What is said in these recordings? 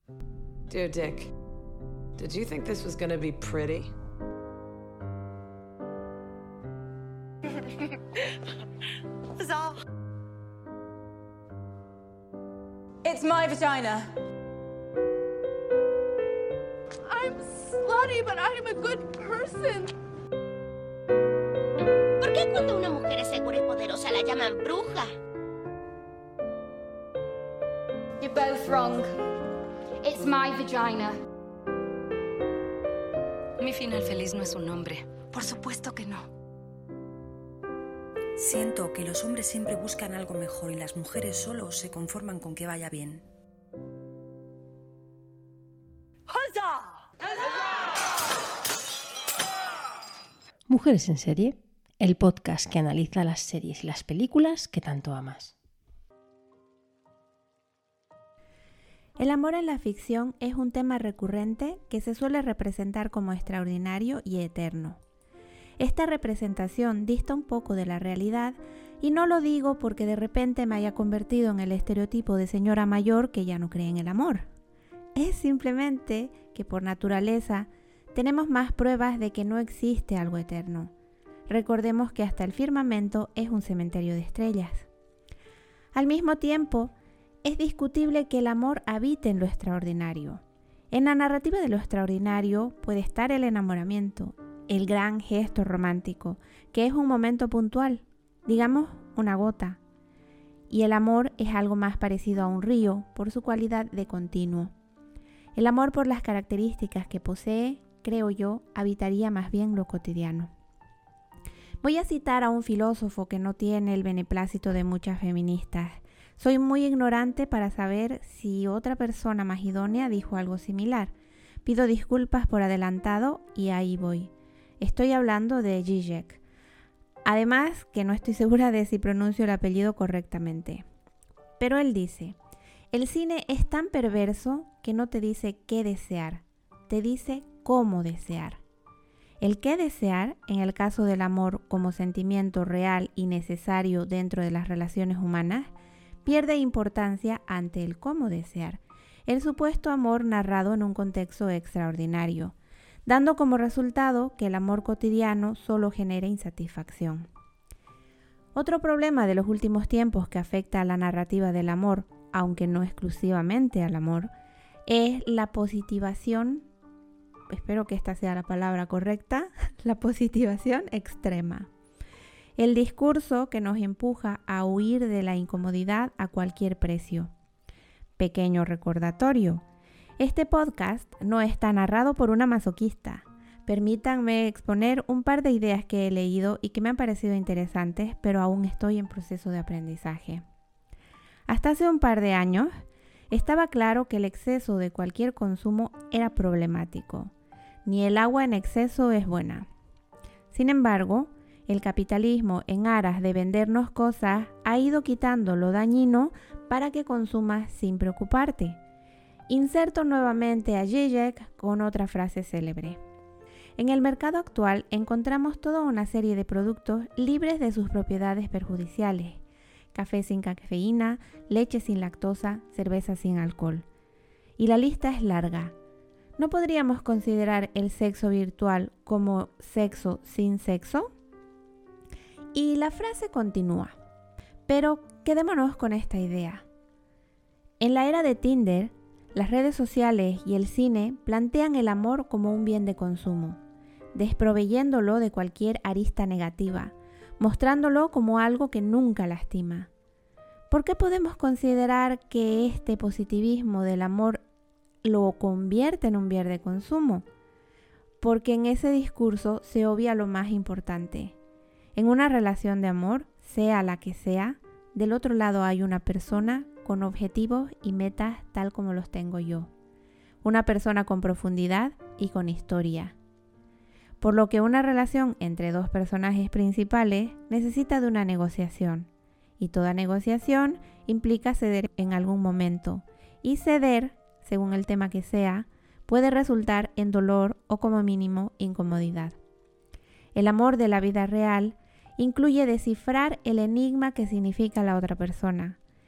Dear Dick, did you think this was gonna be pretty? It's my vagina. I'm slutty, but I'm a good person. ¿Por qué cuando una mujer es segura y poderosa la llaman bruja? You're both wrong. It's my vagina. Mi final feliz no es un nombre. Por supuesto que no. Siento que los hombres siempre buscan algo mejor y las mujeres solo se conforman con que vaya bien. Mujeres en serie, el podcast que analiza las series y las películas que tanto amas. El amor en la ficción es un tema recurrente que se suele representar como extraordinario y eterno. Esta representación dista un poco de la realidad y no lo digo porque de repente me haya convertido en el estereotipo de señora mayor que ya no cree en el amor. Es simplemente que por naturaleza tenemos más pruebas de que no existe algo eterno. Recordemos que hasta el firmamento es un cementerio de estrellas. Al mismo tiempo, es discutible que el amor habite en lo extraordinario. En la narrativa de lo extraordinario puede estar el enamoramiento, el gran gesto romántico, que es un momento puntual, digamos una gota. Y el amor es algo más parecido a un río por su cualidad de continuo. El amor por las características que posee, creo yo, habitaría más bien lo cotidiano. Voy a citar a un filósofo que no tiene el beneplácito de muchas feministas. Soy muy ignorante para saber si otra persona más idónea dijo algo similar. Pido disculpas por adelantado y ahí voy. Estoy hablando de Zizek. Además, que no estoy segura de si pronuncio el apellido correctamente. Pero él dice, el cine es tan perverso que no te dice qué desear, te dice cómo desear. El qué desear, en el caso del amor como sentimiento real y necesario dentro de las relaciones humanas, pierde importancia ante el cómo desear, el supuesto amor narrado en un contexto extraordinario, dando como resultado que el amor cotidiano solo genera insatisfacción. Otro problema de los últimos tiempos que afecta a la narrativa del amor, aunque no exclusivamente al amor, es la positivación, espero que esta sea la palabra correcta, la positivación extrema. El discurso que nos empuja a huir de la incomodidad a cualquier precio. Pequeño recordatorio. Este podcast no está narrado por una masoquista. Permítanme exponer un par de ideas que he leído y que me han parecido interesantes, pero aún estoy en proceso de aprendizaje. Hasta hace un par de años, estaba claro que el exceso de cualquier consumo era problemático. Ni el agua en exceso es buena. Sin embargo, el capitalismo, en aras de vendernos cosas, ha ido quitando lo dañino para que consumas sin preocuparte. Inserto nuevamente a Zizek con otra frase célebre. En el mercado actual encontramos toda una serie de productos libres de sus propiedades perjudiciales. Café sin cafeína, leche sin lactosa, cerveza sin alcohol. Y la lista es larga. ¿No podríamos considerar el sexo virtual como sexo sin sexo? Y la frase continúa. Pero quedémonos con esta idea. En la era de Tinder, las redes sociales y el cine plantean el amor como un bien de consumo, desproveyéndolo de cualquier arista negativa, mostrándolo como algo que nunca lastima. ¿Por qué podemos considerar que este positivismo del amor lo convierte en un bien de consumo? Porque en ese discurso se obvia lo más importante. En una relación de amor, sea la que sea, del otro lado hay una persona con objetivos y metas tal como los tengo yo. Una persona con profundidad y con historia. Por lo que una relación entre dos personajes principales necesita de una negociación. Y toda negociación implica ceder en algún momento. Y ceder, según el tema que sea, puede resultar en dolor o como mínimo incomodidad. El amor de la vida real incluye descifrar el enigma que significa la otra persona.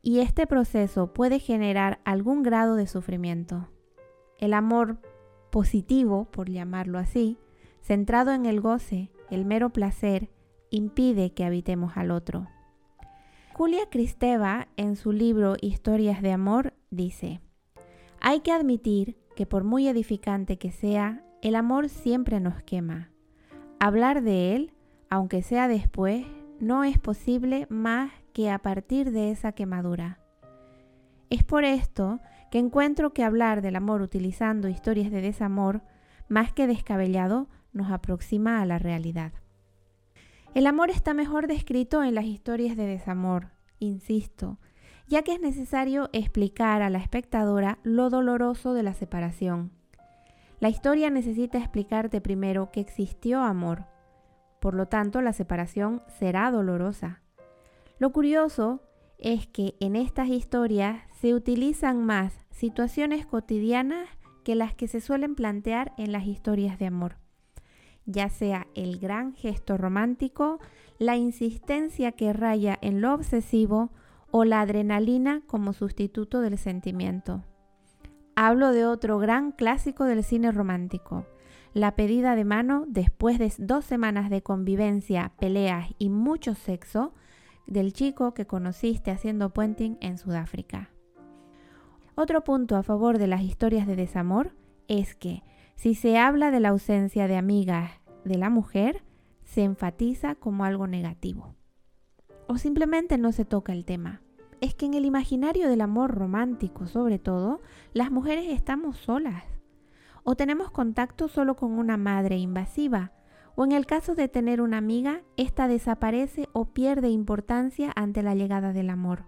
y este proceso puede generar algún grado de sufrimiento. El amor positivo, por llamarlo así, centrado en el goce, el mero placer, impide que habitemos al otro. Julia Kristeva, en su libro Historias de Amor, dice: hay que admitir que por muy edificante que sea, el amor siempre nos quema. Hablar de él, aunque sea después, no es posible más que a partir de esa quemadura. Es por esto que encuentro que hablar del amor utilizando historias de desamor, más que descabellado, nos aproxima a la realidad. El amor está mejor descrito en las historias de desamor, insisto, ya que es necesario explicar a la espectadora lo doloroso de la separación. La historia necesita explicarte primero que existió amor, por lo tanto la separación será dolorosa. Lo curioso es que en estas historias se utilizan más situaciones cotidianas que las que se suelen plantear en las historias de amor, ya sea el gran gesto romántico, la insistencia que raya en lo obsesivo o la adrenalina como sustituto del sentimiento. Hablo de otro gran clásico del cine romántico, la pedida de mano después de 2 semanas de convivencia, peleas y mucho sexo del chico que conociste haciendo puenting en Sudáfrica. Otro punto a favor de las historias de desamor es que si se habla de la ausencia de amigas de la mujer, se enfatiza como algo negativo. O simplemente no se toca el tema. Es que en el imaginario del amor romántico, sobre todo, las mujeres estamos solas. O tenemos contacto solo con una madre invasiva. O en el caso de tener una amiga, esta desaparece o pierde importancia ante la llegada del amor.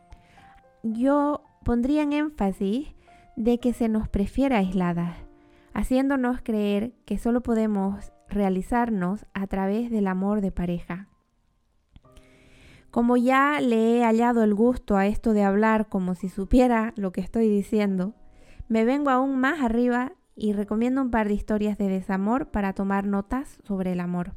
Yo pondría en énfasis de que se nos prefiere aisladas, haciéndonos creer que solo podemos realizarnos a través del amor de pareja. Como ya le he hallado el gusto a esto de hablar como si supiera lo que estoy diciendo, me vengo aún más arriba y recomiendo un par de historias de desamor para tomar notas sobre el amor.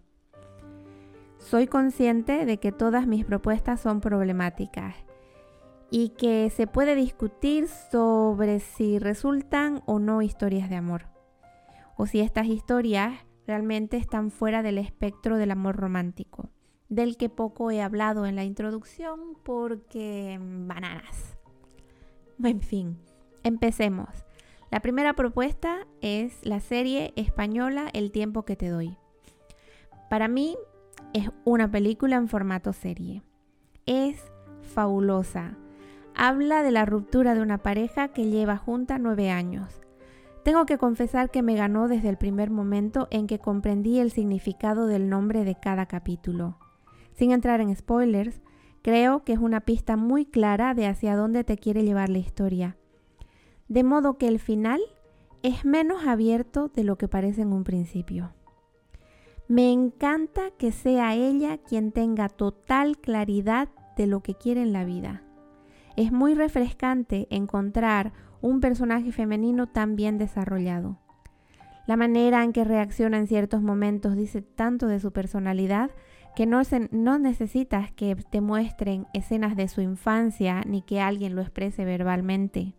Soy consciente de que todas mis propuestas son problemáticas y que se puede discutir sobre si resultan o no historias de amor, o si estas historias realmente están fuera del espectro del amor romántico, del que poco he hablado en la introducción porque bananas. En fin, empecemos. La primera propuesta es la serie española El tiempo que te doy. Para mí es una película en formato serie. Es fabulosa. Habla de la ruptura de una pareja que lleva junta 9 años. Tengo que confesar que me ganó desde el primer momento en que comprendí el significado del nombre de cada capítulo. Sin entrar en spoilers, creo que es una pista muy clara de hacia dónde te quiere llevar la historia. De modo que el final es menos abierto de lo que parece en un principio. Me encanta que sea ella quien tenga total claridad de lo que quiere en la vida. Es muy refrescante encontrar un personaje femenino tan bien desarrollado. La manera en que reacciona en ciertos momentos dice tanto de su personalidad que no necesitas que te muestren escenas de su infancia ni que alguien lo exprese verbalmente.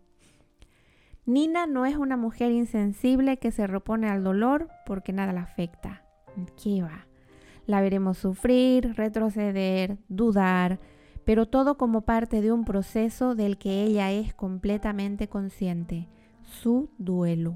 Nina no es una mujer insensible que se repone al dolor porque nada la afecta. ¿Qué va? La veremos sufrir, retroceder, dudar, pero todo como parte de un proceso del que ella es completamente consciente, su duelo.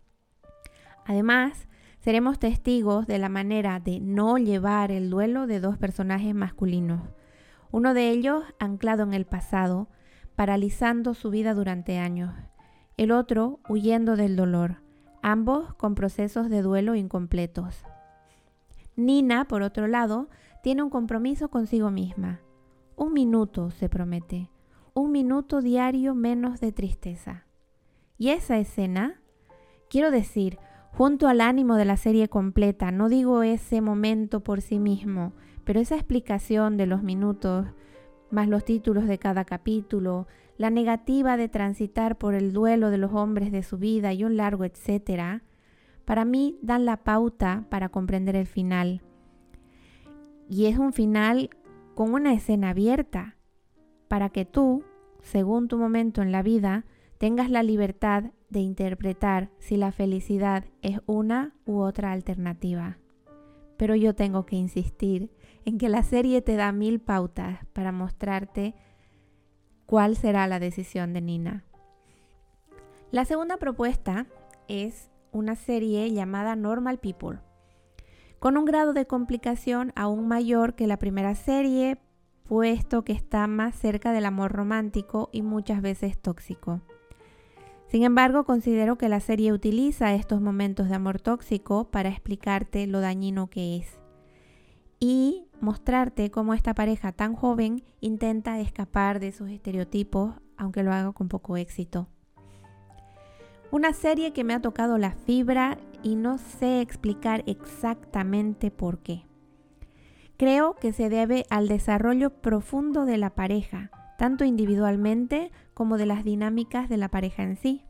Además, seremos testigos de la manera de no llevar el duelo de 2 personajes masculinos, uno de ellos anclado en el pasado, paralizando su vida durante años, el otro huyendo del dolor, ambos con procesos de duelo incompletos. Nina, por otro lado, tiene un compromiso consigo misma. 1 minuto, se promete, 1 minuto diario menos de tristeza. Y esa escena, quiero decir, junto al ánimo de la serie completa, no digo ese momento por sí mismo, pero esa explicación de los minutos, más los títulos de cada capítulo, la negativa de transitar por el duelo de los hombres de su vida y un largo etcétera, para mí dan la pauta para comprender el final. Y es un final con una escena abierta, para que tú, según tu momento en la vida, tengas la libertad de interpretar si la felicidad es una u otra alternativa. Pero yo tengo que insistir en que la serie te da 1000 pautas para mostrarte cuál será la decisión de Nina. La segunda propuesta es una serie llamada Normal People, con un grado de complicación aún mayor que la primera serie, puesto que está más cerca del amor romántico y muchas veces tóxico. Sin embargo, considero que la serie utiliza estos momentos de amor tóxico para explicarte lo dañino que es y mostrarte cómo esta pareja tan joven intenta escapar de esos estereotipos, aunque lo haga con poco éxito. Una serie que me ha tocado la fibra y no sé explicar exactamente por qué. Creo que se debe al desarrollo profundo de la pareja, tanto individualmente como de las dinámicas de la pareja en sí.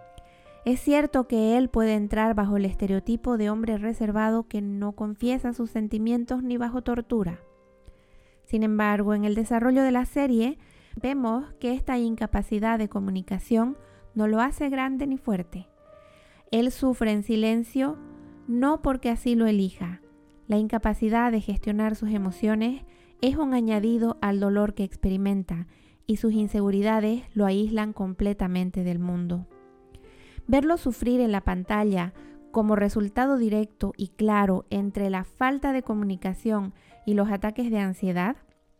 Es cierto que él puede entrar bajo el estereotipo de hombre reservado que no confiesa sus sentimientos ni bajo tortura. Sin embargo, en el desarrollo de la serie, vemos que esta incapacidad de comunicación no lo hace grande ni fuerte. Él sufre en silencio, no porque así lo elija. La incapacidad de gestionar sus emociones es un añadido al dolor que experimenta y sus inseguridades lo aíslan completamente del mundo. Verlo sufrir en la pantalla como resultado directo y claro entre la falta de comunicación y los ataques de ansiedad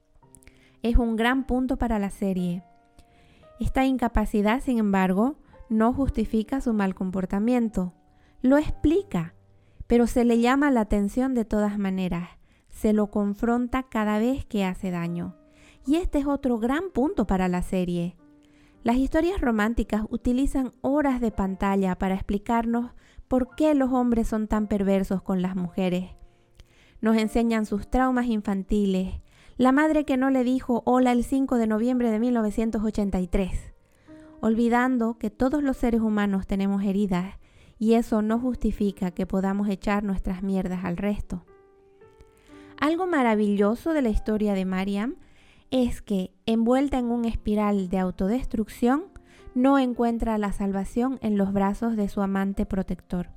es un gran punto para la serie. Esta incapacidad, sin embargo, no justifica su mal comportamiento. Lo explica, pero se le llama la atención de todas maneras. Se lo confronta cada vez que hace daño. Y este es otro gran punto para la serie. Las historias románticas utilizan horas de pantalla para explicarnos por qué los hombres son tan perversos con las mujeres. Nos enseñan sus traumas infantiles, la madre que no le dijo hola el 5 de noviembre de 1983, olvidando que todos los seres humanos tenemos heridas y eso no justifica que podamos echar nuestras mierdas al resto. Algo maravilloso de la historia de Mariam es que, envuelta en una espiral de autodestrucción, no encuentra la salvación en los brazos de su amante protector.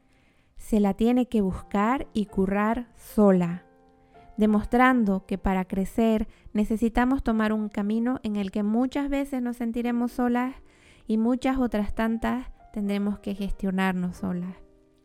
Se la tiene que buscar y currar sola, demostrando que para crecer necesitamos tomar un camino en el que muchas veces nos sentiremos solas y muchas otras tantas tendremos que gestionarnos solas.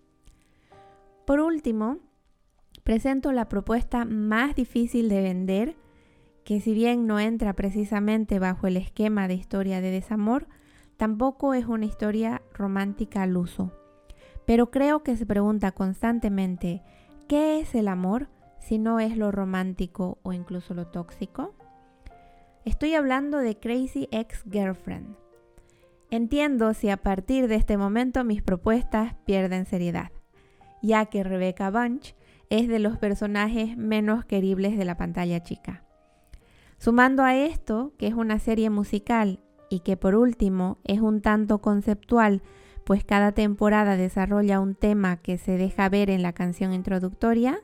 Por último, presento la propuesta más difícil de vender, que si bien no entra precisamente bajo el esquema de historia de desamor, tampoco es una historia romántica al uso. Pero creo que se pregunta constantemente, ¿qué es el amor si no es lo romántico o incluso lo tóxico? Estoy hablando de Crazy Ex-Girlfriend. Entiendo si a partir de este momento mis propuestas pierden seriedad, ya que Rebecca Bunch es de los personajes menos queribles de la pantalla chica. Sumando a esto, que es una serie musical y que por último es un tanto conceptual, pues cada temporada desarrolla un tema que se deja ver en la canción introductoria,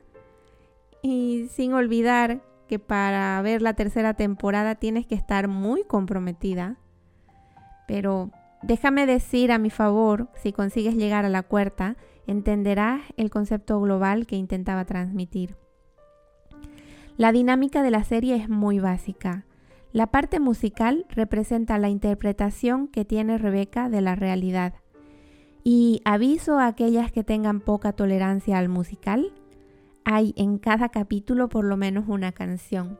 y sin olvidar que para ver la tercera temporada tienes que estar muy comprometida. Pero déjame decir a mi favor, si consigues llegar a la cuarta, entenderás el concepto global que intentaba transmitir. La dinámica de la serie es muy básica. La parte musical representa la interpretación que tiene Rebecca de la realidad. Y aviso a aquellas que tengan poca tolerancia al musical, hay en cada capítulo por lo menos una canción.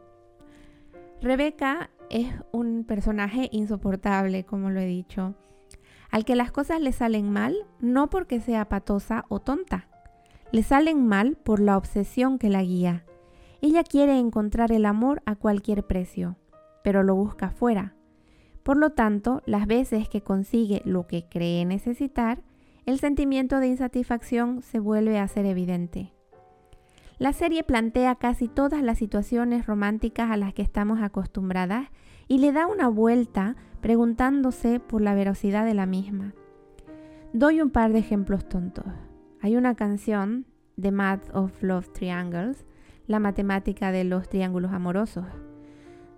Rebecca es un personaje insoportable, como lo he dicho, al que las cosas le salen mal no porque sea patosa o tonta, le salen mal por la obsesión que la guía. Ella quiere encontrar el amor a cualquier precio, pero lo busca fuera. Por lo tanto, las veces que consigue lo que cree necesitar, el sentimiento de insatisfacción se vuelve a ser evidente. La serie plantea casi todas las situaciones románticas a las que estamos acostumbradas y le da una vuelta preguntándose por la veracidad de la misma. Doy un par de ejemplos tontos. Hay una canción, The Math of Love Triangles, la matemática de los triángulos amorosos,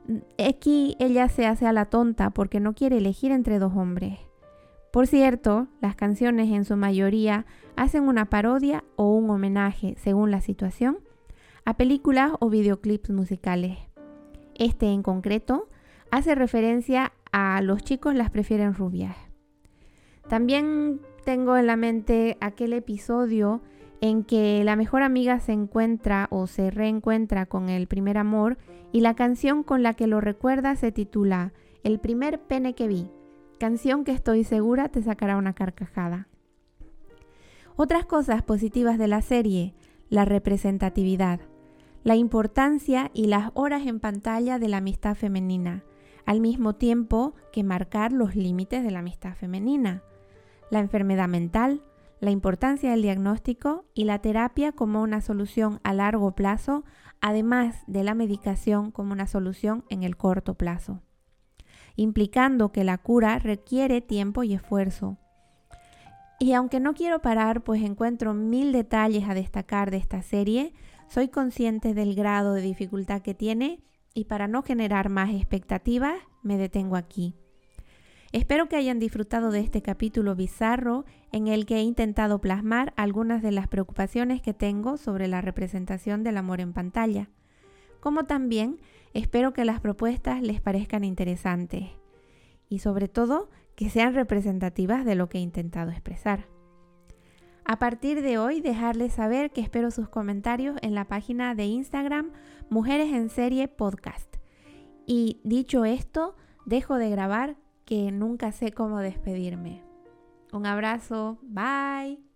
aquí ella se hace a la tonta porque no quiere elegir entre dos hombres. Por cierto, las canciones en su mayoría hacen una parodia o un homenaje, según la situación, a películas o videoclips musicales. Este en concreto hace referencia a Los chicos las prefieren rubias. También tengo en la mente aquel episodio en que la mejor amiga se encuentra o se reencuentra con el primer amor y la canción con la que lo recuerda se titula El primer pene que vi, canción que estoy segura te sacará una carcajada. Otras cosas positivas de la serie: la representatividad, la importancia y las horas en pantalla de la amistad femenina, al mismo tiempo que marcar los límites de la amistad femenina, la enfermedad mental, la importancia del diagnóstico y la terapia como una solución a largo plazo, además de la medicación como una solución en el corto plazo, implicando que la cura requiere tiempo y esfuerzo. Y aunque no quiero parar, pues encuentro 1000 detalles a destacar de esta serie, soy consciente del grado de dificultad que tiene y para no generar más expectativas, me detengo aquí. Espero que hayan disfrutado de este capítulo bizarro en el que he intentado plasmar algunas de las preocupaciones que tengo sobre la representación del amor en pantalla, como también espero que las propuestas les parezcan interesantes y sobre todo que sean representativas de lo que he intentado expresar. A partir de hoy, dejarles saber que espero sus comentarios en la página de Instagram Mujeres en Serie Podcast. Y dicho esto, dejo de grabar, que nunca sé cómo despedirme. Un abrazo, bye.